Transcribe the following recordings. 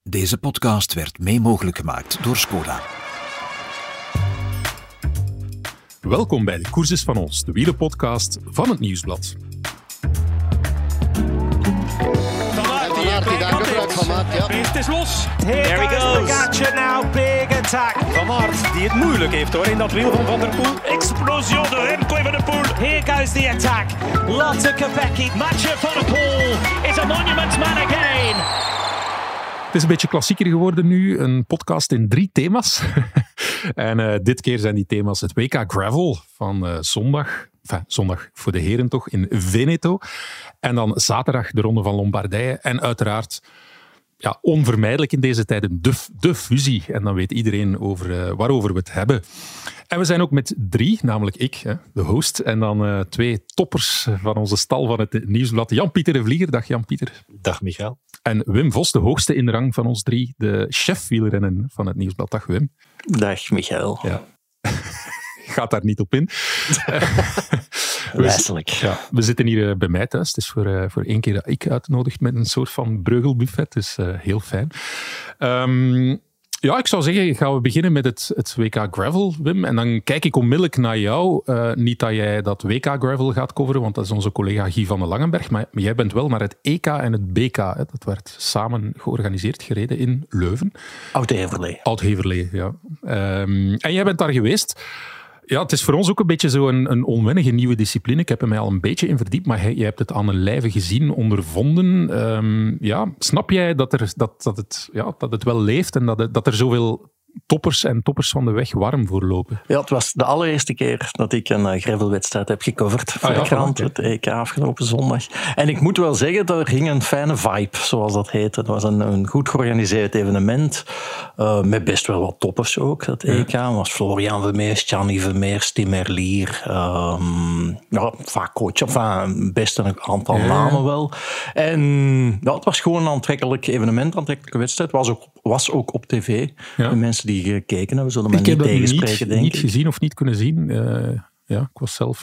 Deze podcast werd mee mogelijk gemaakt door Škoda. Welkom bij de Koers is van ons, de wielerpodcast van het Nieuwsblad. Het is los. There he goes. Pogacar now, big attack. Van Aert, die het moeilijk heeft hoor in dat wiel van Van der Poel. Explosion door Remco Evenepoel. Here goes the attack. Lotte Kopecky. Mathieu Van der Poel is a monument man again. Het is een beetje klassieker geworden nu, een podcast in 3 thema's. En dit keer zijn die thema's het WK Gravel van zondag. Zondag voor de heren toch, in Veneto. En dan zaterdag de Ronde van Lombardije. En uiteraard, ja, onvermijdelijk in deze tijden, de fusie. En dan weet iedereen waarover we het hebben. En we zijn ook met 3, namelijk ik, de host. En dan 2 toppers van onze stal van het Nieuwsblad. Jan-Pieter de Vlieger. Dag Jan-Pieter. Dag Michael. En Wim Vos, de hoogste in de rang van ons 3. De chef wielrennen van het Nieuwsblad. Dag Wim. Dag Michael. Ja. Gaat daar niet op in. Wijselijk. We zitten hier bij mij thuis. Het is voor 1 keer dat ik uitnodig met een soort van breugelbuffet. Dus heel fijn. Ja, ik zou zeggen, gaan we beginnen met het WK Gravel, Wim. En dan kijk ik onmiddellijk naar jou. Niet dat jij dat WK Gravel gaat coveren, want dat is onze collega Guy van den Langenberg. Maar jij bent wel naar het EK en het BK. Hè. Dat werd samen georganiseerd, gereden in Leuven. Oud-Heverlee, ja. En jij bent daar geweest. Ja, het is voor ons ook een beetje zo een onwennige nieuwe discipline. Ik heb er mij al een beetje in verdiept, maar jij hebt het aan een lijve gezien, ondervonden. Snap jij dat het wel leeft en dat er zoveel toppers en toppers van de weg warm voor lopen? Ja, het was de allereerste keer dat ik een gravelwedstrijd heb gecoverd voor de krant, het EK afgelopen zondag. En ik moet wel zeggen, er ging een fijne vibe, zoals dat heette. Het was een goed georganiseerd evenement, met best wel wat toppers ook, het EK. Het was Florian Vermeers, Gianni Vermeers, Tim Merlier, vaak coach, best een aantal namen wel. En het was gewoon een aantrekkelijk evenement, een aantrekkelijke wedstrijd. Het was ook op tv. Ja. De mensen die gekeken hebben, zullen me niet tegenspreken, denk ik. Niet gezien of niet kunnen zien. Ik was zelf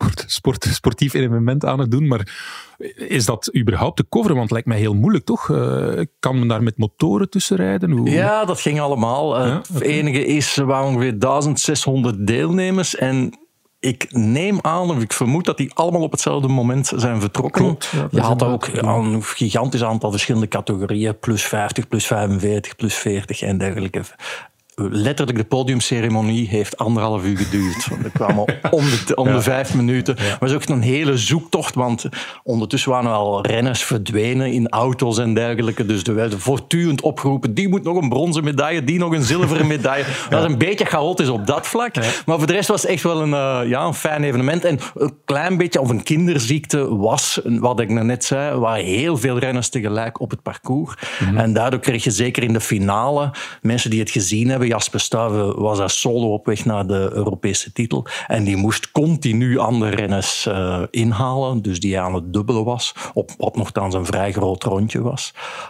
sportief evenement aan het doen, maar is dat überhaupt te coveren? Want het lijkt mij heel moeilijk, toch? Kan men daar met motoren tussen rijden? Ja, dat ging allemaal. Het enige is, er waren ongeveer 1600 deelnemers en ik neem aan, of ik vermoed dat die allemaal op hetzelfde moment zijn vertrokken. Klopt, ja, je had ook een gigantisch aantal verschillende categorieën. Plus 50, plus 45, plus 40 en dergelijke. Letterlijk, de podiumceremonie heeft 1,5 uur geduurd. Er kwamen om de 5 minuten. Het was ook een hele zoektocht, want ondertussen waren al renners verdwenen in auto's en dergelijke. Dus er werden voortdurend opgeroepen, die moet nog een bronzen medaille, die nog een zilveren medaille. Dat was een beetje chaotisch op dat vlak. Maar voor de rest was het echt wel een fijn evenement. En een klein beetje, of een kinderziekte was, wat ik net zei, er waren heel veel renners tegelijk op het parcours. Mm-hmm. En daardoor kreeg je zeker in de finale, mensen die het gezien hebben, Jasper Stuyven was daar solo op weg naar de Europese titel. En die moest continu andere renners inhalen. Dus die aan het dubbele was. Op wat nogthans een vrij groot rondje was.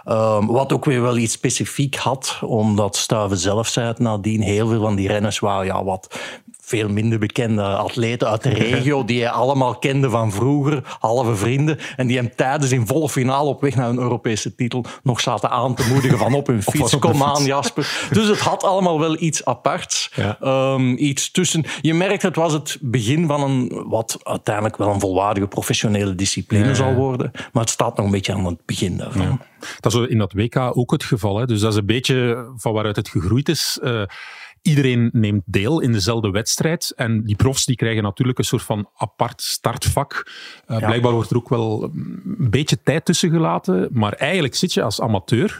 Wat ook weer wel iets specifiek had. Omdat Stuyven zelf zei het nadien. Heel veel van die renners waren wat veel minder bekende atleten uit de regio, die hij allemaal kende van vroeger, halve vrienden, en die hem tijdens in volle finale op weg naar een Europese titel nog zaten aan te moedigen van op hun fiets. Kom aan, Jasper. Dus het had allemaal wel iets aparts. Ja. Iets tussen. Je merkt, het was het begin van wat uiteindelijk wel een volwaardige professionele discipline zal worden, maar het staat nog een beetje aan het begin daarvan. Ja. Dat is in dat WK ook het geval. Hè? Dus dat is een beetje van waaruit het gegroeid is. Iedereen neemt deel in dezelfde wedstrijd. En die profs die krijgen natuurlijk een soort van apart startvak. Blijkbaar wordt er ook wel een beetje tijd tussen gelaten. Maar eigenlijk zit je als amateur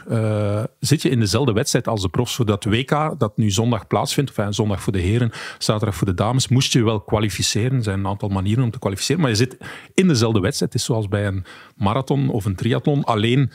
in dezelfde wedstrijd als de profs. Voor dat WK dat nu zondag plaatsvindt, zondag voor de heren, zaterdag voor de dames, moest je wel kwalificeren. Er zijn een aantal manieren om te kwalificeren. Maar je zit in dezelfde wedstrijd. Het is zoals bij een marathon of een triathlon. Alleen,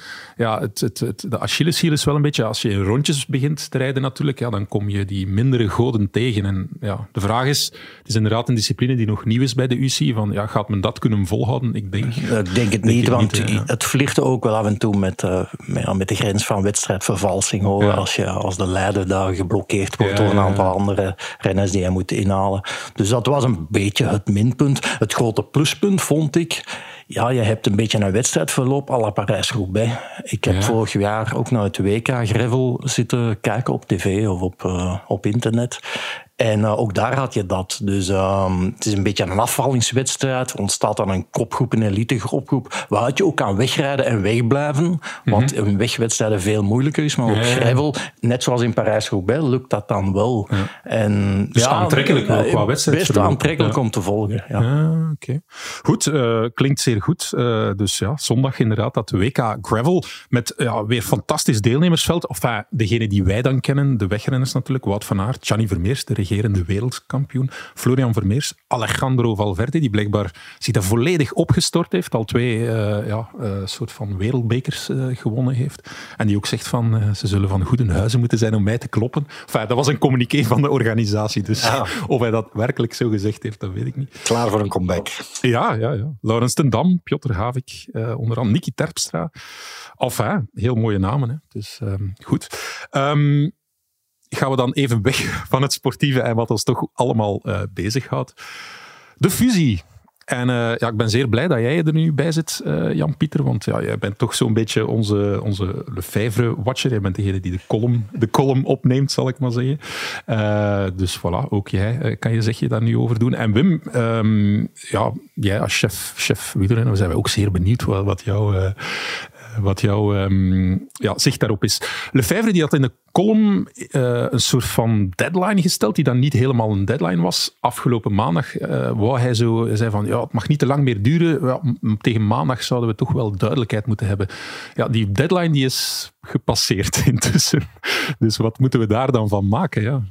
de Achilleshiel is wel een beetje, als je in rondjes begint te rijden natuurlijk, dan kom je die mindere goden tegen. En de vraag is, het is inderdaad een discipline die nog nieuw is bij de UCI, gaat men dat kunnen volhouden? Ik denk het niet, want het vliegt ook wel af en toe met de grens van wedstrijdvervalsing. Hoor. Ja. Als de leider daar geblokkeerd wordt door een aantal andere renners die hij moet inhalen. Dus dat was een beetje het minpunt. Het grote pluspunt vond ik, Ja, je hebt een beetje een wedstrijdverloop à la Parijs-Roubaix. Ik heb vorig jaar ook naar het WK Gravel zitten kijken op tv of op internet. En ook daar had je dat. Dus het is een beetje een afvallingswedstrijd. Er ontstaat dan een kopgroep, een elite-kopgroep, waar je ook kan wegrijden en wegblijven. Wat in wegwedstrijden veel moeilijker is. Maar op gravel, net zoals in Parijs-Roubaix, lukt dat dan wel. Ja. En, dus aantrekkelijk wel qua wedstrijd. Best aantrekkelijk om te volgen. Ja. Okay. Goed, klinkt zeer goed. Dus ja, zondag inderdaad dat WK Gravel met weer fantastisch deelnemersveld. Enfin, degene die wij dan kennen, de wegrenners natuurlijk. Wout van Aert, Gianni Vermeers, de regerende wereldkampioen. Florian Vermeers, Alejandro Valverde, die blijkbaar zich daar volledig opgestort heeft. Al 2 soort van wereldbekers gewonnen heeft. En die ook zegt van, ze zullen van goede huizen moeten zijn om mij te kloppen. Enfin, dat was een communiqué van de organisatie. Dus of hij dat werkelijk zo gezegd heeft, dat weet ik niet. Klaar voor een comeback. Ja. Laurens ten Dam, Piotr Havik, onder andere Niki Terpstra. Enfin, heel mooie namen. Hè. Dus goed. Gaan we dan even weg van het sportieve en wat ons toch allemaal bezighoudt. De fusie. En ik ben zeer blij dat jij er nu bij zit, Jan-Pieter, want jij bent toch zo'n beetje onze Lefebvre-watcher. Jij bent degene die de column opneemt, zal ik maar zeggen. Dus voilà, ook jij kan je zegje daar nu over doen. En Wim, jij als chef wielrenner, zijn wij ook zeer benieuwd wat jouw zicht daarop is. Lefebvre die had in de column een soort van deadline gesteld, die dan niet helemaal een deadline was. Afgelopen maandag hij zei van, het mag niet te lang meer duren. Ja, tegen maandag zouden we toch wel duidelijkheid moeten hebben. Ja, die deadline die is gepasseerd intussen. Dus wat moeten we daar dan van maken? Ja.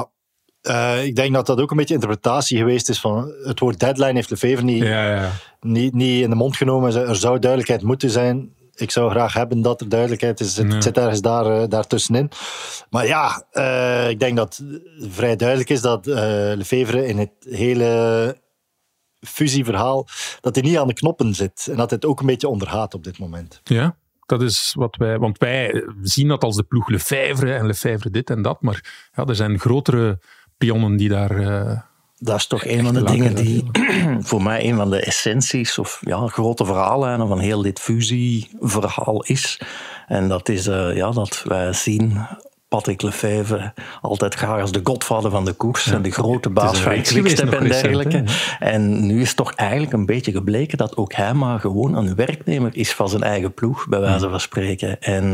Ik denk dat dat ook een beetje interpretatie geweest is van het woord deadline heeft Lefebvre niet in de mond genomen. Er zou duidelijkheid moeten zijn. Ik zou graag hebben dat er duidelijkheid is. Het zit ergens daar tussenin. Maar ik denk dat het vrij duidelijk is dat Lefebvre in het hele fusieverhaal, dat hij niet aan de knoppen zit. En dat hij het ook een beetje ondergaat op dit moment. Ja, dat is wat want wij zien dat als de ploeg Lefebvre en Lefebvre dit en dat. Maar er zijn grotere pionnen die daar... Dat is toch een van de dingen die voor mij een van de essenties of grote verhaallijnen van heel dit fusieverhaal is. En dat is dat wij zien Patrick Lefebvre altijd graag als de godvader van de koers en de grote baas van Quickstep en dergelijke. En nu is toch eigenlijk een beetje gebleken dat ook hij maar gewoon een werknemer is van zijn eigen ploeg, bij wijze van spreken. En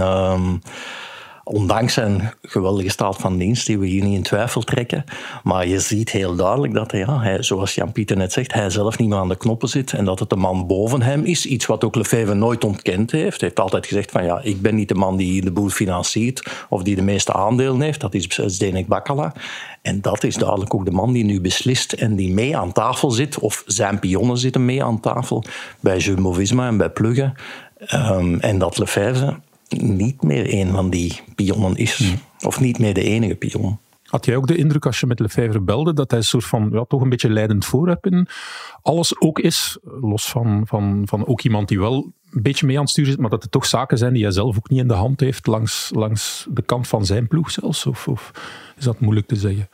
ondanks zijn geweldige staat van dienst, die we hier niet in twijfel trekken. Maar je ziet heel duidelijk dat hij, zoals Jan-Pieter net zegt, hij zelf niet meer aan de knoppen zit en dat het de man boven hem is. Iets wat ook Lefebvre nooit ontkend heeft. Hij heeft altijd gezegd van ik ben niet de man die de boel financiert of die de meeste aandelen heeft. Dat is Zdeněk Bakala. En dat is duidelijk ook de man die nu beslist en die mee aan tafel zit, of zijn pionnen zitten mee aan tafel, bij Jumbo-Visma en bij Plugge. En dat Lefebvre niet meer een van die pionnen is. Of niet meer de enige pion. Had jij ook de indruk als je met Lefebvre belde dat hij een soort van toch een beetje leidend voorwerp in alles ook is, los van ook iemand die wel een beetje mee aan het sturen zit, maar dat er toch zaken zijn die hij zelf ook niet in de hand heeft langs de kant van zijn ploeg zelfs? Of is dat moeilijk te zeggen?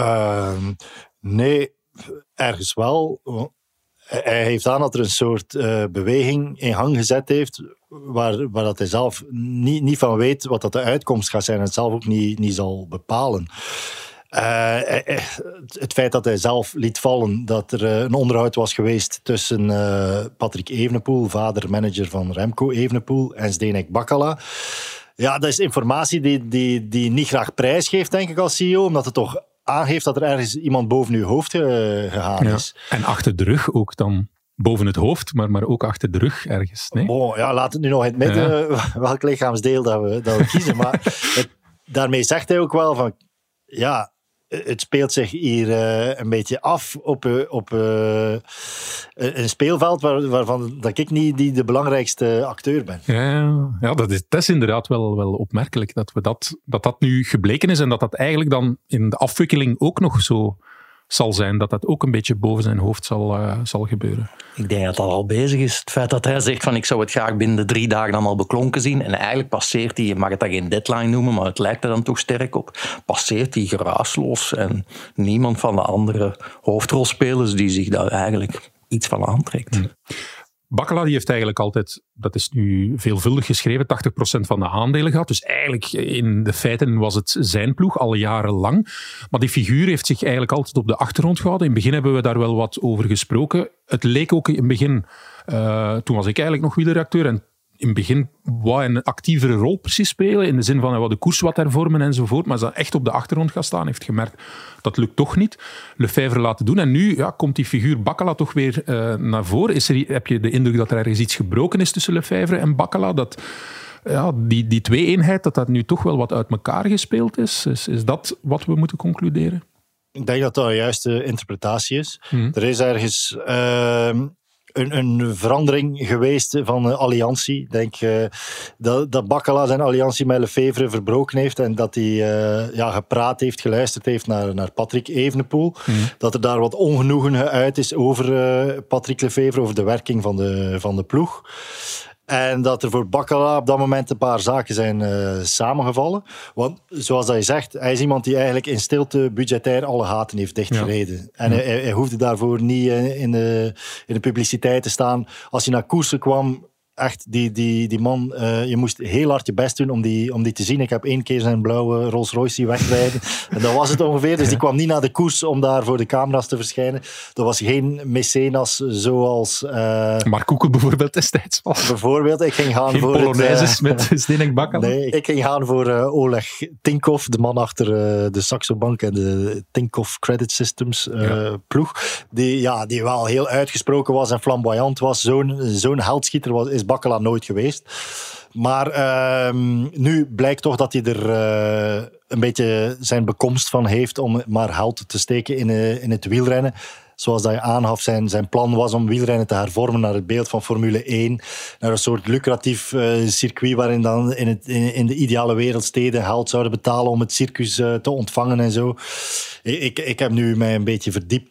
Nee, ergens wel. Hij heeft aan dat er een soort beweging in gang gezet heeft waar dat hij zelf niet van weet wat dat de uitkomst gaat zijn en het zelf ook niet zal bepalen. Het feit dat hij zelf liet vallen dat er een onderhoud was geweest tussen Patrick Evenepoel, vader-manager van Remco Evenepoel, en Zdeněk Bakala. Ja, dat is informatie die niet graag prijsgeeft, denk ik, als CEO, omdat het toch aangeeft dat er ergens iemand boven uw hoofd gegaan is. En achter de rug ook dan. Boven het hoofd, maar ook achter de rug ergens. Nee? Laat het nu nog in het midden welk lichaamsdeel dat we kiezen. Maar daarmee zegt hij ook wel van het speelt zich hier een beetje af op een speelveld waarvan dat ik niet de belangrijkste acteur ben. Ja, dat is inderdaad wel opmerkelijk dat nu gebleken is en dat eigenlijk dan in de afwikkeling ook nog zo zal zijn, dat ook een beetje boven zijn hoofd zal gebeuren. Ik denk dat dat al bezig is. Het feit dat hij zegt van ik zou het graag binnen de 3 dagen allemaal beklonken zien en eigenlijk passeert hij, je mag het dan geen deadline noemen, maar het lijkt er dan toch sterk op, passeert hij geruisloos en niemand van de andere hoofdrolspelers die zich daar eigenlijk iets van aantrekt. Bakkala die heeft eigenlijk altijd, dat is nu veelvuldig geschreven, 80% van de aandelen gehad. Dus eigenlijk in de feiten was het zijn ploeg al jarenlang. Maar die figuur heeft zich eigenlijk altijd op de achtergrond gehouden. In het begin hebben we daar wel wat over gesproken. Het leek ook in het begin, toen was ik eigenlijk nog wielerredacteur en in het begin wou hij een actievere rol precies spelen, in de zin van hij wou de koers wat hervormen enzovoort, maar als hij echt op de achtergrond gaat staan, heeft gemerkt dat lukt toch niet. Lefevre laten doen. En nu komt die figuur Bakkala toch weer naar voren. Heb je de indruk dat er ergens iets gebroken is tussen Lefevre en Bakkala? Dat die twee-eenheid, dat nu toch wel wat uit elkaar gespeeld is? Is dat wat we moeten concluderen? Ik denk dat dat een juiste interpretatie is. Er is ergens een verandering geweest van alliantie. Ik denk dat Bakkala zijn alliantie met Lefevre verbroken heeft en dat hij gepraat heeft, geluisterd heeft naar Patrick Evenepoel. Dat er daar wat ongenoegen geuit is over Patrick Lefevre, over de werking van de ploeg. En dat er voor Bakkala op dat moment een paar zaken zijn samengevallen. Want zoals dat je zegt, hij is iemand die eigenlijk in stilte budgetair alle gaten heeft dichtgereden. Ja. En hij hoefde daarvoor niet in de publiciteit te staan. Als hij naar koersen kwam, echt, die man, je moest heel hard je best doen om die te zien. Ik heb 1 keer zijn blauwe Rolls Royce zien wegrijden. En dat was het ongeveer. Dus die kwam niet naar de koers om daar voor de camera's te verschijnen. Dat was geen mecenas zoals Mark Koeken bijvoorbeeld destijds was. Bijvoorbeeld, ik ging gaan geen voor Polonaises met Zdeněk Bakkala. Nee, ik ging gaan voor Oleg Tinkov, de man achter de Saxo Bank en de Tinkoff Credit Systems ploeg. Die wel heel uitgesproken was en flamboyant was. Zo'n heldschieter is Bakkala nooit geweest. Maar nu blijkt toch dat hij er een beetje zijn bekomst van heeft om maar geld te steken in het wielrennen. Zoals dat je aangaf, zijn plan was om wielrennen te hervormen naar het beeld van Formule 1. Naar een soort lucratief circuit waarin dan in de ideale wereld steden geld zouden betalen om het circus te ontvangen en zo. Ik heb nu mij een beetje verdiept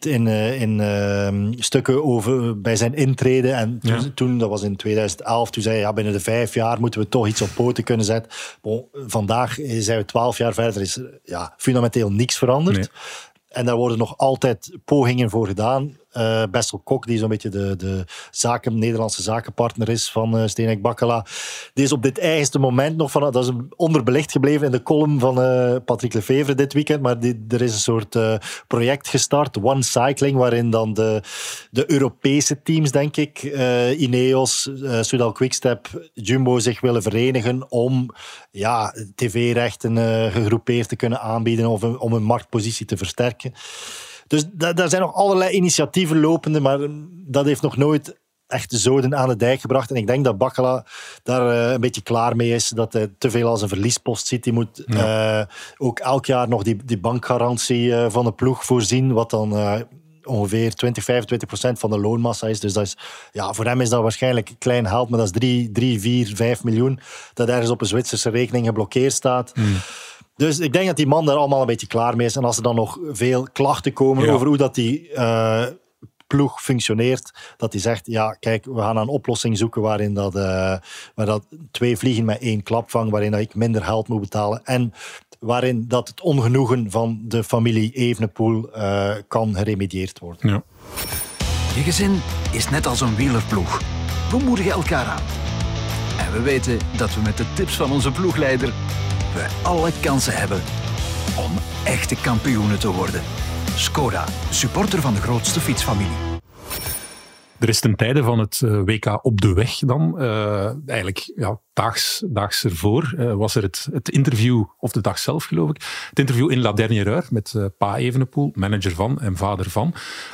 in stukken over bij zijn intrede. En toen, dat was in 2011, toen zei hij, binnen de 5 jaar moeten we toch iets op poten kunnen zetten. Bon, vandaag zijn we 12 jaar verder, is fundamenteel niks veranderd. Nee. En daar worden nog altijd pogingen voor gedaan. Bessel Kok, die zo'n beetje de Nederlandse zakenpartner is van Zdeněk Bakkala, die is op dit eigenste moment nog dat is onderbelicht gebleven in de column van Patrick Lefevre dit weekend, maar er is een soort project gestart, One Cycling, waarin dan de Europese teams, denk ik, Ineos, Soudal Quickstep, Jumbo zich willen verenigen om tv-rechten gegroepeerd te kunnen aanbieden of om een marktpositie te versterken. Dus daar zijn nog allerlei initiatieven lopende, maar dat heeft nog nooit echt de zoden aan de dijk gebracht. En ik denk dat Bakkala daar een beetje klaar mee is, dat hij te veel als een verliespost ziet. Die moet ook elk jaar nog die bankgarantie van de ploeg voorzien, wat dan ongeveer 20-25% van de loonmassa is. Dus dat is, voor hem is dat waarschijnlijk klein geld, maar dat is 3, 4, 5 miljoen dat ergens op een Zwitserse rekening geblokkeerd staat. Dus ik denk dat die man daar allemaal een beetje klaar mee is. En als er dan nog veel klachten komen over hoe dat die ploeg functioneert, dat hij zegt, kijk, we gaan een oplossing zoeken waarin dat 2 vliegen met 1 klap vangt, waarin dat ik minder geld moet betalen en waarin dat het ongenoegen van de familie Evenepoel kan geremedieerd worden. Ja. Je gezin is net als een wielerploeg. We moedigen elkaar aan. En we weten dat we met de tips van onze ploegleider we alle kansen hebben om echte kampioenen te worden. Skoda, supporter van de grootste fietsfamilie. Er is ten tijde van het WK op de weg dan, eigenlijk daags ervoor, was er het interview, of de dag zelf geloof ik, het interview in La Dernière Heure met Pa Evenepoel, manager van en vader van.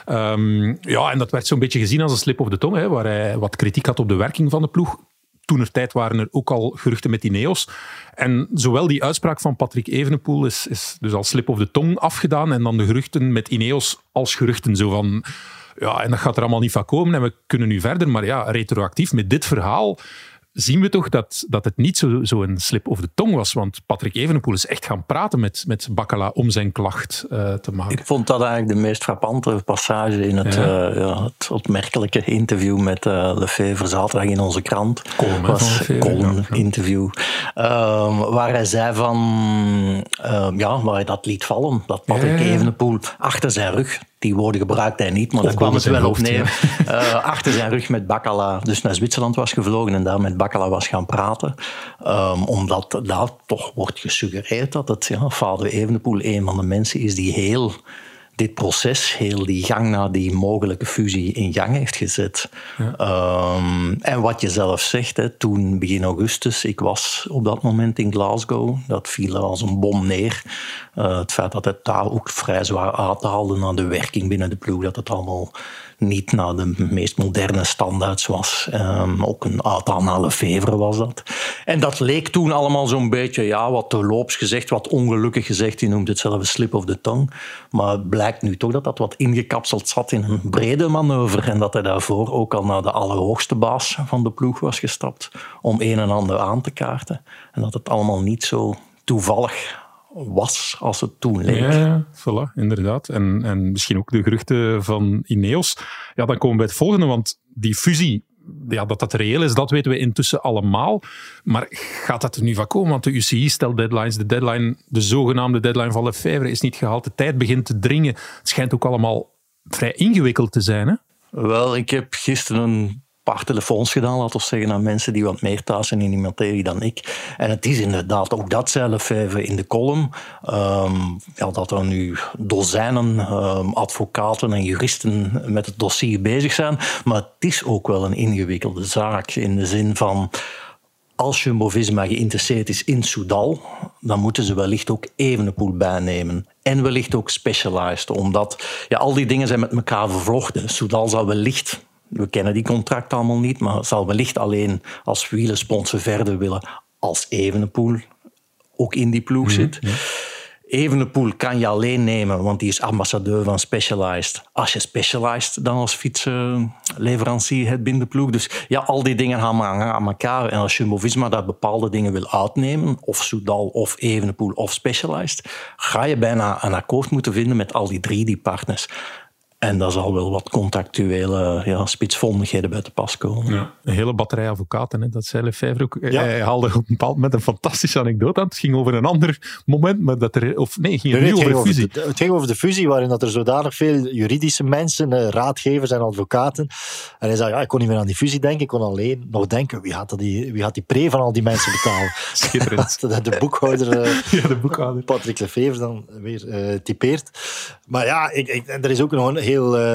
En dat werd zo'n beetje gezien als een slip of de tong, waar hij wat kritiek had op de werking van de ploeg. Toenertijd waren er ook al geruchten met Ineos. En zowel die uitspraak van Patrick Evenepoel is dus als slip of de tong afgedaan en dan de geruchten met Ineos als geruchten. Zo van, en dat gaat er allemaal niet van komen en we kunnen nu verder. Maar retroactief met dit verhaal zien we toch dat het niet zo een slip of de tong was. Want Patrick Evenepoel is echt gaan praten met Bakkala om zijn klacht te maken. Ik vond dat eigenlijk de meest frappante passage in het opmerkelijke interview met Lefevre zaterdag in onze krant. Column-interview. Waar hij zei van... waar hij dat liet vallen. Dat Patrick Evenepoel achter zijn rug Die woorden gebruikte hij niet, maar daar kwam het wel op neer. Achter zijn rug met Bakkala dus naar Zwitserland was gevlogen en daar met Bakkala was gaan praten. Omdat daar toch wordt gesuggereerd dat het vader Evenepoel een van de mensen is die heel dit proces, heel die gang naar die mogelijke fusie in gang heeft gezet. Ja. En wat je zelf zegt, hè, toen begin augustus, ik was op dat moment in Glasgow, dat viel als een bom neer. Het feit dat het daar ook vrij zwaar uithaalde naar de werking binnen de ploeg, dat het allemaal niet naar de meest moderne standaards was. Ook een uithaal naar Lefevre was dat. En dat leek toen allemaal zo'n beetje, wat terloops gezegd, wat ongelukkig gezegd. Je noemt het zelf een slip of the tongue. Maar het blijkt nu toch dat dat wat ingekapseld zat in een brede manoeuvre. En dat hij daarvoor ook al naar de allerhoogste baas van de ploeg was gestapt om een en ander aan te kaarten. En dat het allemaal niet zo toevallig was als het toen leek. Ja, voilà, inderdaad. En misschien ook de geruchten van Ineos. Ja, dan komen we bij het volgende, want die fusie, dat dat reëel is, dat weten we intussen allemaal. Maar gaat dat er nu van komen? Want de UCI stelt deadlines. De zogenaamde deadline van Lefevre is niet gehaald. De tijd begint te dringen. Het schijnt ook allemaal vrij ingewikkeld te zijn, hè? Wel, ik heb gisteren een paar telefoons gedaan, laten we zeggen, aan mensen die wat meer thuis zijn in die materie dan ik. En het is inderdaad, ook dat zei Lefevre in de column, dat er nu dozijnen advocaten en juristen met het dossier bezig zijn. Maar het is ook wel een ingewikkelde zaak in de zin van, als Jumbo-Visma geïnteresseerd is in Soudal, dan moeten ze wellicht ook Evenepoel bijnemen. En wellicht ook Specialized, omdat al die dingen zijn met elkaar vervlochten. Soudal zal wellicht, we kennen die contract allemaal niet, maar zal wellicht alleen als wielersponsor verder willen als Evenepoel ook in die ploeg zit. Ja. Evenepoel kan je alleen nemen, want die is ambassadeur van Specialized. Als je Specialized dan als fietsleverancier hebt binnen de ploeg. Dus al die dingen hangen aan elkaar. En als Jumbo-Visma daar bepaalde dingen wil uitnemen, of Soudal, of Evenepoel, of Specialized, ga je bijna een akkoord moeten vinden met al die partners. En daar zal wel wat contractuele spitsvondigheden bij te pas komen. Ja. Een hele batterij advocaten, hè? Dat zei Lefevre ook. Ja. Hij haalde op een bepaald moment een fantastische anekdote aan. Het ging over een ander moment, maar het ging over de fusie. Het ging over de fusie, waarin dat er zodanig veel juridische mensen, raadgevers en advocaten. En hij zei, ik kon niet meer aan die fusie denken, ik kon alleen nog denken, wie gaat die pre van al die mensen betalen? Schitterend. De boekhouder, Patrick Lefevre dan weer typeert. Maar er is ook nog een heel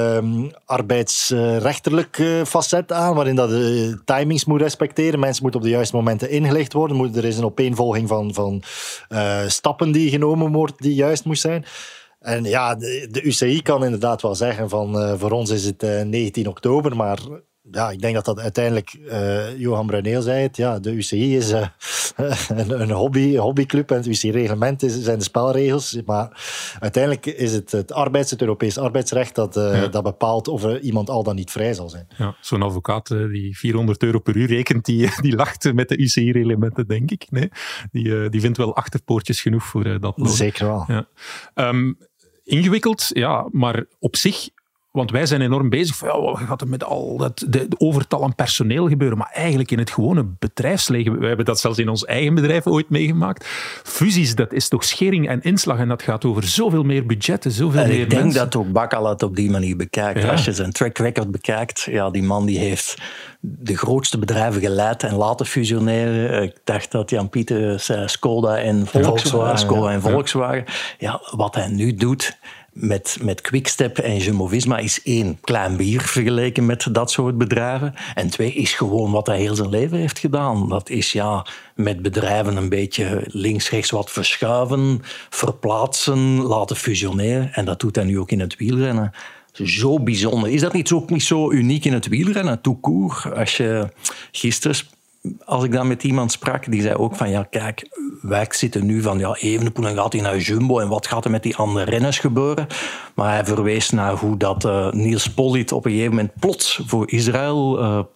arbeidsrechterlijk facet aan, waarin dat de timings moet respecteren. Mensen moeten op de juiste momenten ingelicht worden. Er is een opeenvolging van stappen die genomen wordt die juist moet zijn. En de UCI kan inderdaad wel zeggen van voor ons is het 19 oktober, maar ik denk dat uiteindelijk, Johan Bruyneel zei het, de UCI is een hobbyclub en het UCI-reglement zijn de spelregels. Maar uiteindelijk is het Europees arbeidsrecht dat bepaalt of er iemand al dan niet vrij zal zijn. Ja, zo'n advocaat die €400 per uur rekent, die lacht met de UCI-reglementen, denk ik. Nee? Die vindt wel achterpoortjes genoeg voor dat loon. Zeker wel. Ja. Ingewikkeld, maar op zich. Want wij zijn enorm bezig van, wat gaat er met al de overtal aan personeel gebeuren? Maar eigenlijk in het gewone bedrijfsleven, we hebben dat zelfs in ons eigen bedrijf ooit meegemaakt. Fusies, dat is toch schering en inslag en dat gaat over zoveel meer budgetten, zoveel meer mensen. Ik denk dat ook Bakkala het op die manier bekijkt. Ja. Als je zijn track record bekijkt, die man die heeft de grootste bedrijven geleid en laten fusioneren. Ik dacht dat Jan-Pieter zei Skoda en Volkswagen. Ja, wat hij nu doet met Quickstep en Jumbo-Visma is 1, klein bier vergeleken met dat soort bedrijven. En 2, is gewoon wat hij heel zijn leven heeft gedaan. Dat is met bedrijven een beetje links-rechts wat verschuiven, verplaatsen, laten fusioneren. En dat doet hij nu ook in het wielrennen. Zo bijzonder. Is dat niet zo uniek in het wielrennen, tout court? Als je gisteren, als ik dan met iemand sprak, die zei ook van, kijk, wij zitten nu van, Evenepoel en gaat hij naar Jumbo en wat gaat er met die andere renners gebeuren? Maar hij verwees naar hoe dat Niels Pollitt op een gegeven moment plots voor Israël,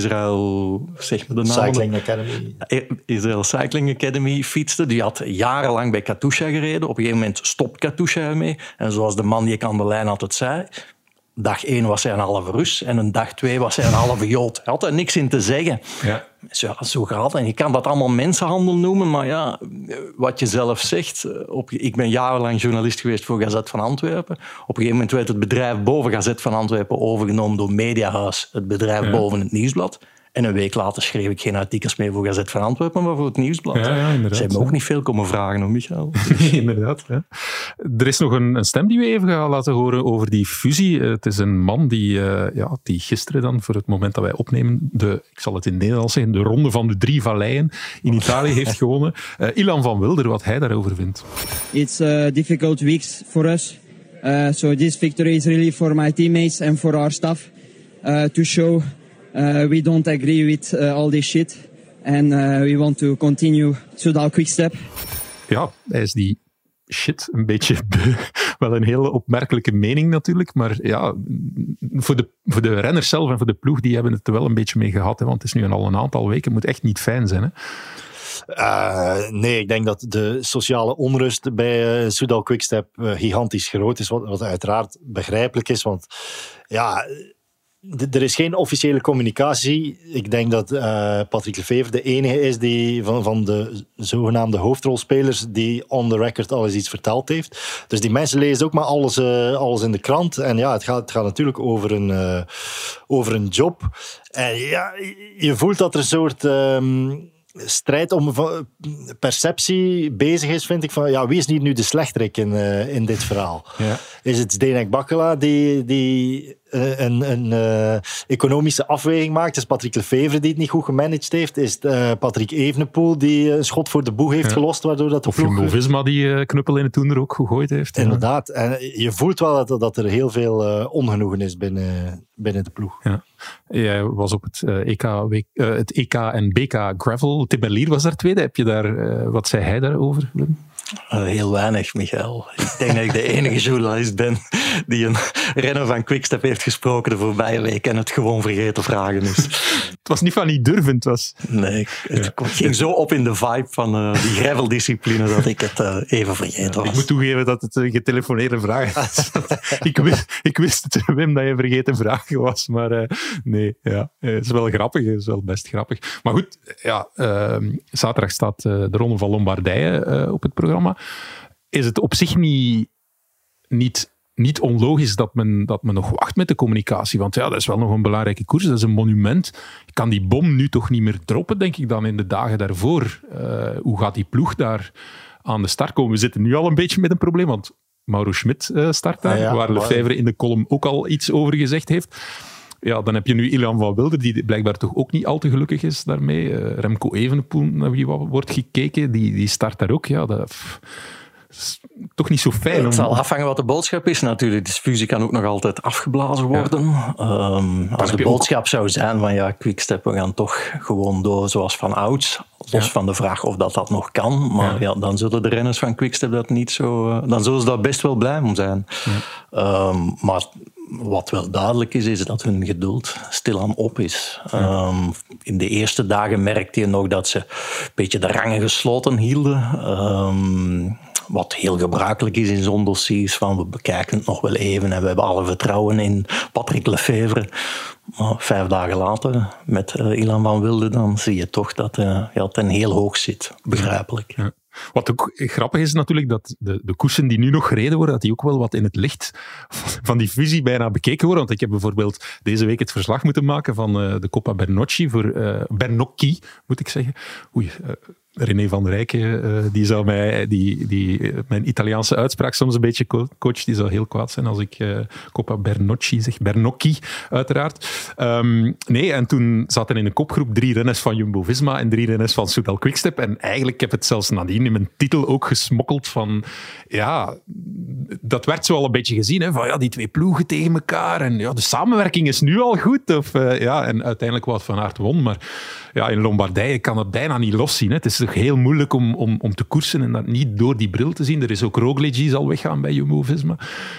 zeg maar de naam. Cycling Academy. Israël Cycling Academy fietste. Die had jarenlang bij Katusha gereden. Op een gegeven moment stopt Katusha ermee. En zoals de man die ik aan de lijn had het zei, dag 1 was hij een halve Rus en een dag 2 was hij een halve Jood. Hij had er niks in te zeggen. Ja. Zo gaat het. En je kan dat allemaal mensenhandel noemen, maar ja, wat je zelf zegt... Ik ben jarenlang journalist geweest voor Gazet van Antwerpen. Op een gegeven moment werd het bedrijf boven Gazet van Antwerpen overgenomen door Mediahuis, het bedrijf boven het Nieuwsblad. En een week later schreef ik geen artikels meer voor Gazet van Antwerpen, maar voor het Nieuwsblad. Ja, inderdaad. Ze hebben me ook niet veel komen vragen, hoor, Michael. Nee, inderdaad. Ja. Er is nog een stem die we even gaan laten horen over die fusie. Het is een man die gisteren dan, voor het moment dat wij opnemen, ik zal het in het Nederlands zeggen, de Ronde van de 3 Valleien in Italië heeft gewonnen. Ilan van Wilder, wat hij daarover vindt. It's difficult weeks for us. So this victory is really for my teammates and for our staff to show... we don't agree with all this shit. And we want to continue Soudal Quickstep. Ja, hij is die shit een beetje wel een hele opmerkelijke mening natuurlijk. Maar ja, voor de renners zelf en voor de ploeg, die hebben het er wel een beetje mee gehad. Hè, want het is nu al een aantal weken. Het moet echt niet fijn zijn, hè? Nee, ik denk dat de sociale onrust bij Soudal Quickstep gigantisch groot is. Wat uiteraard begrijpelijk is. Want ja... Er is geen officiële communicatie. Ik denk dat Patrick Lefevere de enige is die van de zogenaamde hoofdrolspelers die on the record alles iets verteld heeft. Dus die mensen lezen ook maar alles in de krant. En ja, het gaat natuurlijk over een job. En ja, je voelt dat er een soort... strijd om perceptie bezig is, vind ik, van ja, wie is hier nu de slechterik in dit verhaal? Ja. Is het Zdeněk Bakala die een economische afweging maakt? Is Patrick Lefevere die het niet goed gemanaged heeft? Is het Patrick Evenepoel die een schot voor de boeg heeft gelost, waardoor dat de ploeg... Of Jumbo-Visma die knuppel in het toender ook gegooid heeft. Inderdaad. Ja. En je voelt wel dat er heel veel ongenoegen is binnen de ploeg. Ja. Jij was op het EK en BK Gravel. Tim Merlier was daar tweede. Heb je daar, wat zei hij daarover, Wim? Heel weinig, Michael. Ik denk dat ik de enige journalist ben die een renner van Quickstep heeft gesproken de voorbije week en het gewoon vergeten vragen is. Het was niet van niet durvend, was. Nee, het ging zo op in de vibe van die graveldiscipline dat ik het even vergeten was. Ik moet toegeven dat het een getelefoneerde vraag was. ik wist het, Wim, dat je vergeten vragen was, maar nee, ja, het is wel grappig, het is wel best grappig. Maar goed, ja, zaterdag staat de Ronde van Lombardije op het programma. Is het op zich niet onlogisch dat men nog wacht met de communicatie? Want ja, dat is wel nog een belangrijke koers. Dat is een monument. Je kan die bom nu toch niet meer droppen, denk ik dan, in de dagen daarvoor. Hoe gaat die ploeg daar aan de start komen? We zitten nu al een beetje met een probleem, want Mauro Schmid start daar, waar Lefevere in de column ook al iets over gezegd heeft. Ja, dan heb je nu Ilan van Wilder, die blijkbaar toch ook niet al te gelukkig is daarmee. Remco Evenepoel, naar wie wordt gekeken, die start daar ook. Ja, dat is toch niet zo fijn. Het zal afhangen wat de boodschap is natuurlijk. De fusie kan ook nog altijd afgeblazen worden. Ja. Als de boodschap zou zijn van ja, Quickstep, we gaan toch gewoon door zoals van ouds. Los van de vraag of dat nog kan. Maar ja, dan zullen de renners van Quickstep dat niet zo... dan zullen ze daar best wel blij om zijn. Ja. Maar wat wel duidelijk is dat hun geduld stilaan op is. In de eerste dagen merkte je nog dat ze een beetje de rangen gesloten hielden. Wat heel gebruikelijk is in zo'n dossiers, van we bekijken het nog wel even en we hebben alle vertrouwen in Patrick Lefevere. Maar 5 dagen later, met Ilan van Wilder, dan zie je toch dat het ten heel hoog zit. Begrijpelijk. Ja. Wat ook grappig is natuurlijk, dat de koersen die nu nog gereden worden, dat die ook wel wat in het licht van die fusie bijna bekeken worden. Want ik heb bijvoorbeeld deze week het verslag moeten maken van de Coppa Bernocchi, Bernocchi, moet ik zeggen. René van der Rijken, die zou mij, die mijn Italiaanse uitspraak soms een beetje coacht, die zou heel kwaad zijn als ik Coppa Bernocchi zeg. Bernocchi, uiteraard. Nee, en toen zaten in een kopgroep 3 renners van Jumbo-Visma en 3 renners van Soudal Quickstep. En eigenlijk heb ik het zelfs nadien in mijn titel ook gesmokkeld van, ja, dat werd zo al een beetje gezien, hè, van ja, die 2 ploegen tegen elkaar en ja, de samenwerking is nu al goed. En uiteindelijk Wout van Aert won, maar ja, in Lombardije kan het bijna niet loszien. Hè. Het is toch heel moeilijk om te koersen en dat niet door die bril te zien. Er is ook Roglic die zal weggaan bij Jumbo-Visma.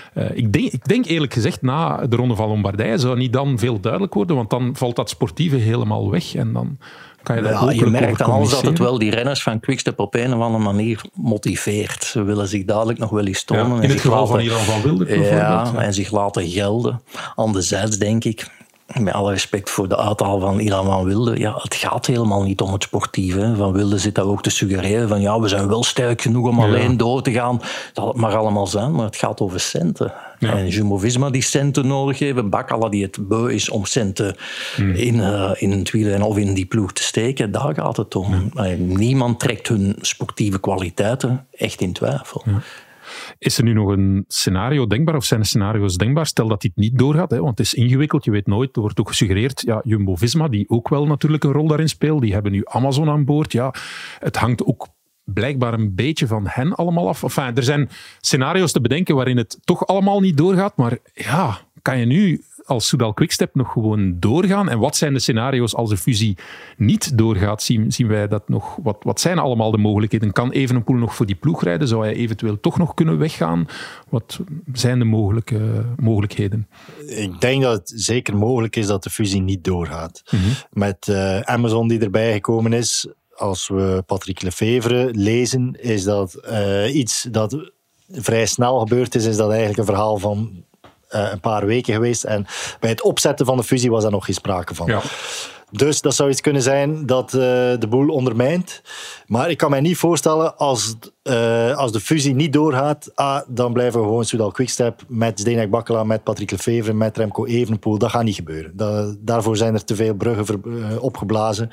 Ik denk eerlijk gezegd, na de Ronde van Lombardije zou niet dan veel duidelijk worden, want dan valt dat sportieve helemaal weg en dan Kan je daar Ja, je openlijk merkt over aan alles dat het communiceren? wel die renners van Quickstep op een of andere manier motiveert. Ze willen zich dadelijk nog wel eens tonen. Ja, en in het zich geval van laten- Ilan van Wilder bijvoorbeeld. Ja, en zich laten gelden. Anderzijds denk ik, met alle respect voor de uithaal van Ilan van Wilder, ja, het gaat helemaal niet om het sportieve. Hè. Van Wilder zit daar ook te suggereren van ja, we zijn wel sterk genoeg om alleen door te gaan. Dat het mag allemaal zijn, maar het gaat over centen. Ja. En Jumbo-Visma die centen nodig heeft, Bakkala die het beu is om centen in een wielrenner of in die ploeg te steken, daar gaat het om. Niemand trekt hun sportieve kwaliteiten echt in twijfel. Ja. Is er nu nog een scenario denkbaar, of zijn er scenario's denkbaar? Stel dat dit niet doorgaat, hè, want het is ingewikkeld, je weet nooit. Er wordt ook gesuggereerd, ja, Jumbo-Visma, die ook wel natuurlijk een rol daarin speelt, die hebben nu Amazon aan boord. Ja, het hangt ook blijkbaar een beetje van hen allemaal af. Enfin, er zijn scenario's te bedenken waarin het toch allemaal niet doorgaat, maar ja, kan je nu als Soudal Quickstep nog gewoon doorgaan? En wat zijn de scenario's als de fusie niet doorgaat? Zien wij dat nog? Wat zijn allemaal de mogelijkheden? Kan Evenepoel nog voor die ploeg rijden? Zou hij eventueel toch nog kunnen weggaan? Wat zijn de mogelijkheden? Ik denk dat het zeker mogelijk is dat de fusie niet doorgaat. Met Amazon die erbij gekomen is, als we Patrick Lefevre lezen, is dat iets dat vrij snel gebeurd is dat eigenlijk een verhaal van een paar weken geweest. En bij het opzetten van de fusie was daar nog geen sprake van. Ja. Dus dat zou iets kunnen zijn dat de boel ondermijnt. Maar ik kan mij niet voorstellen als de fusie niet doorgaat, dan blijven we gewoon Soudal Quickstep met Zdeněk Bakkala, met Patrick Lefevre, met Remco Evenepoel. Dat gaat niet gebeuren. Daarvoor zijn er te veel bruggen opgeblazen.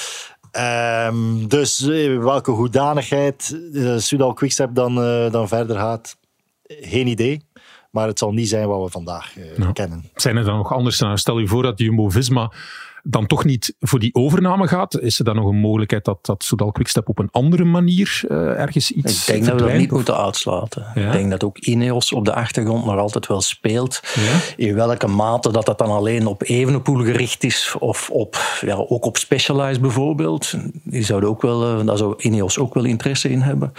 Dus welke hoedanigheid Soudal Quickstep dan verder gaat, geen idee. Maar het zal niet zijn wat we vandaag kennen. Zijn er dan nog andere scenario's? Stel je voor dat Jumbo-Visma dan toch niet voor die overname gaat. Is er dan nog een mogelijkheid dat Soudal Quickstep op een andere manier ergens iets Ik denk dat we dat verdwijnt? niet moeten uitsluiten. Ja. Ik denk dat ook Ineos op de achtergrond nog altijd wel speelt. Ja. In welke mate dat dan alleen op Evenepoel gericht is of ook op Specialized bijvoorbeeld. Daar zou Ineos ook wel interesse in hebben.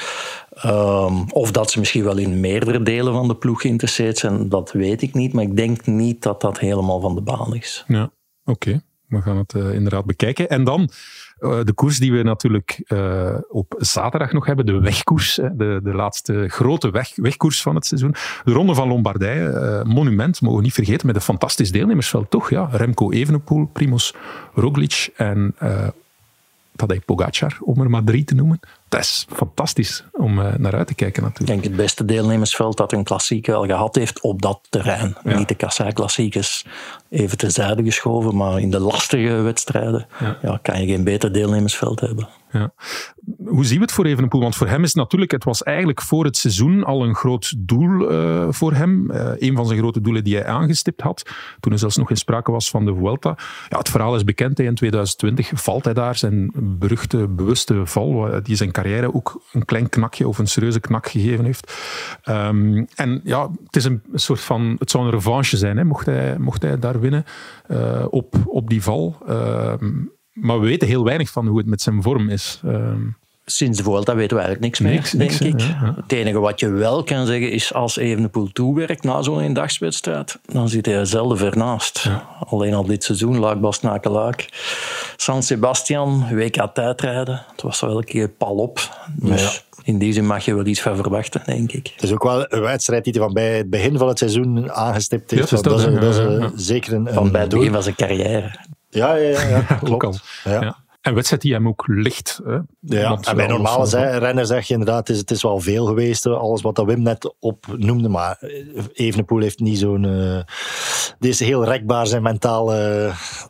Of dat ze misschien wel in meerdere delen van de ploeg geïnteresseerd zijn, dat weet ik niet. Maar ik denk niet dat dat helemaal van de baan is. Ja, oké. We gaan het inderdaad bekijken. En dan de koers die we natuurlijk op zaterdag nog hebben, de wegkoers. De laatste grote wegkoers van het seizoen. De Ronde van Lombardije, monument, mogen we niet vergeten, met een fantastisch deelnemersveld, toch? Ja, Remco Evenepoel, Primož Roglič en Tadej Pogačar, om er maar 3 te noemen. Dat is fantastisch om naar uit te kijken Ik natuurlijk. denk het beste deelnemersveld dat een klassiek wel gehad heeft op dat terrein. Ja. Niet de Kassei-klassiekers even terzijde geschoven, maar in de lastige wedstrijden kan je geen beter deelnemersveld hebben. Ja. Hoe zien we het voor Evenepoel? Want voor hem is natuurlijk, het was eigenlijk voor het seizoen al een groot doel voor hem. Een van zijn grote doelen die hij aangestipt had. Toen er zelfs nog geen sprake was van de Vuelta. Ja, het verhaal is bekend. In 2020 valt hij daar. Zijn beruchte, bewuste val, die zijn carrière ook een klein knakje of een serieuze knak gegeven heeft. En ja, het is een soort van, het zou een revanche zijn, hè, mocht hij daar winnen op die val. Maar we weten heel weinig van hoe het met zijn vorm is. Sinds de Vuelta weten we eigenlijk niks meer, denk ik. Ja. Het enige wat je wel kan zeggen is, als Evenepoel toewerkt na zo'n eendagswedstrijd, dan zit hij er zelden ver naast. Ja. Alleen al dit seizoen, Luik-Bastenaken-Luik. San Sebastian, WK tijdrijden. Het was er wel een keer pal op. Dus in die zin mag je wel iets van verwachten, denk ik. Het is ook wel een wedstrijd die hij van bij het begin van het seizoen aangestipt heeft. Ja, dat is zeker een van bij het doel. begin van zijn carrière. Ja, klopt. Ook al. Ja. En wedstrijd die hem ook ligt. Hè? Ja, en bij normale renners zeg je inderdaad, het is wel veel geweest. Alles wat dat Wim net opnoemde. Maar Evenepoel heeft niet zo'n... die is heel rekbaar, zijn mentale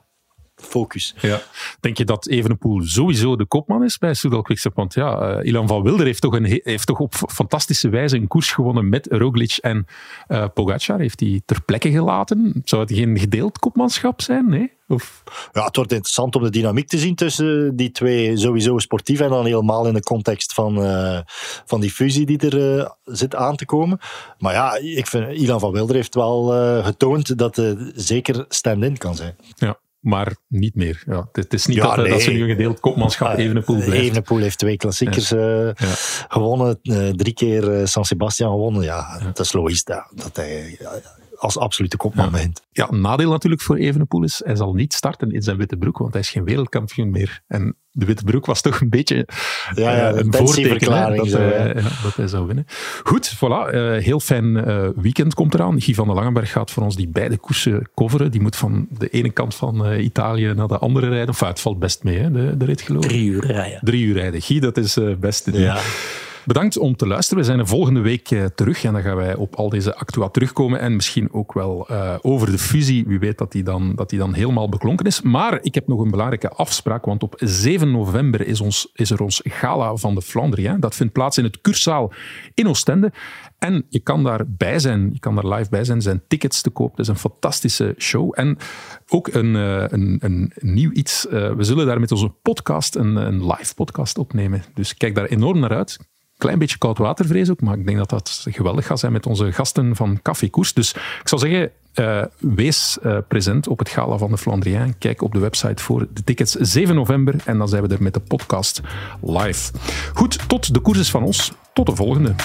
focus. Ja. Denk je dat Evenepoel sowieso de kopman is bij Soudal Quickstep? Want ja, Ilan van Wilder heeft toch op fantastische wijze een koers gewonnen met Roglič en Pogačar. Heeft hij ter plekke gelaten? Zou het geen gedeeld kopmanschap zijn? Nee? Of? Ja, het wordt interessant om de dynamiek te zien tussen die twee, sowieso sportief en dan helemaal in de context van die fusie die er zit aan te komen. Maar ja, ik vind Ilan van Wilder heeft wel getoond dat hij zeker stand-in kan zijn. Ja. Maar niet meer. Ja, het is niet dat ze nu een gedeeld kopmanschap Evenepoel blijft. Evenepoel heeft 2 klassiekers gewonnen. 3 keer San Sebastian gewonnen. Ja, dat is logisch dat hij als absolute kopman begint. Ja, nadeel natuurlijk voor Evenepoel is, hij zal niet starten in zijn witte broek, want hij is geen wereldkampioen meer. En de witte broek was toch een beetje een voorteken dat hij zou winnen. Goed, voilà. Heel fijn weekend komt eraan. Guy van der Langenberg gaat voor ons die beide koersen coveren. Die moet van de ene kant van Italië naar de andere rijden. Enfin, het valt best mee, hè, de rit geloof ik. 3 uur rijden. 3 uur rijden. Guy, dat is het beste. Ja. Bedankt om te luisteren. We zijn er volgende week terug en dan gaan wij op al deze actua terugkomen en misschien ook wel over de fusie. Wie weet dat die dan helemaal beklonken is. Maar ik heb nog een belangrijke afspraak, want op 7 november is er ons Gala van de Flandrien. Dat vindt plaats in het Kurzaal in Oostende. En je kan daarbij zijn, je kan daar live bij zijn. Er zijn tickets te koop. Het is een fantastische show. En ook een nieuw iets. We zullen daar met onze podcast een live podcast opnemen. Dus kijk daar enorm naar uit. Klein beetje koudwatervrees ook, maar ik denk dat dat geweldig gaat zijn met onze gasten van Café Koers. Dus ik zou zeggen, wees present op het Gala van de Flandrien. Kijk op de website voor de tickets 7 november en dan zijn we er met de podcast live. Goed, tot de koers is van ons. Tot de volgende.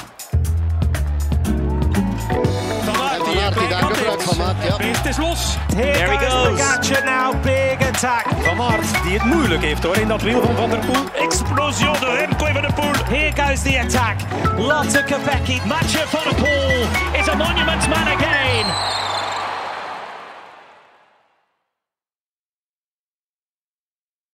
Beest is los. There he goes. Pogacar now, big attack. Van Aert, die het moeilijk heeft hoor in dat wiel van Van der Poel. Explosion door Remco Evenepoel. Here goes the attack. Lotte Kopecky. Mathieu Van der Poel is a monument man again.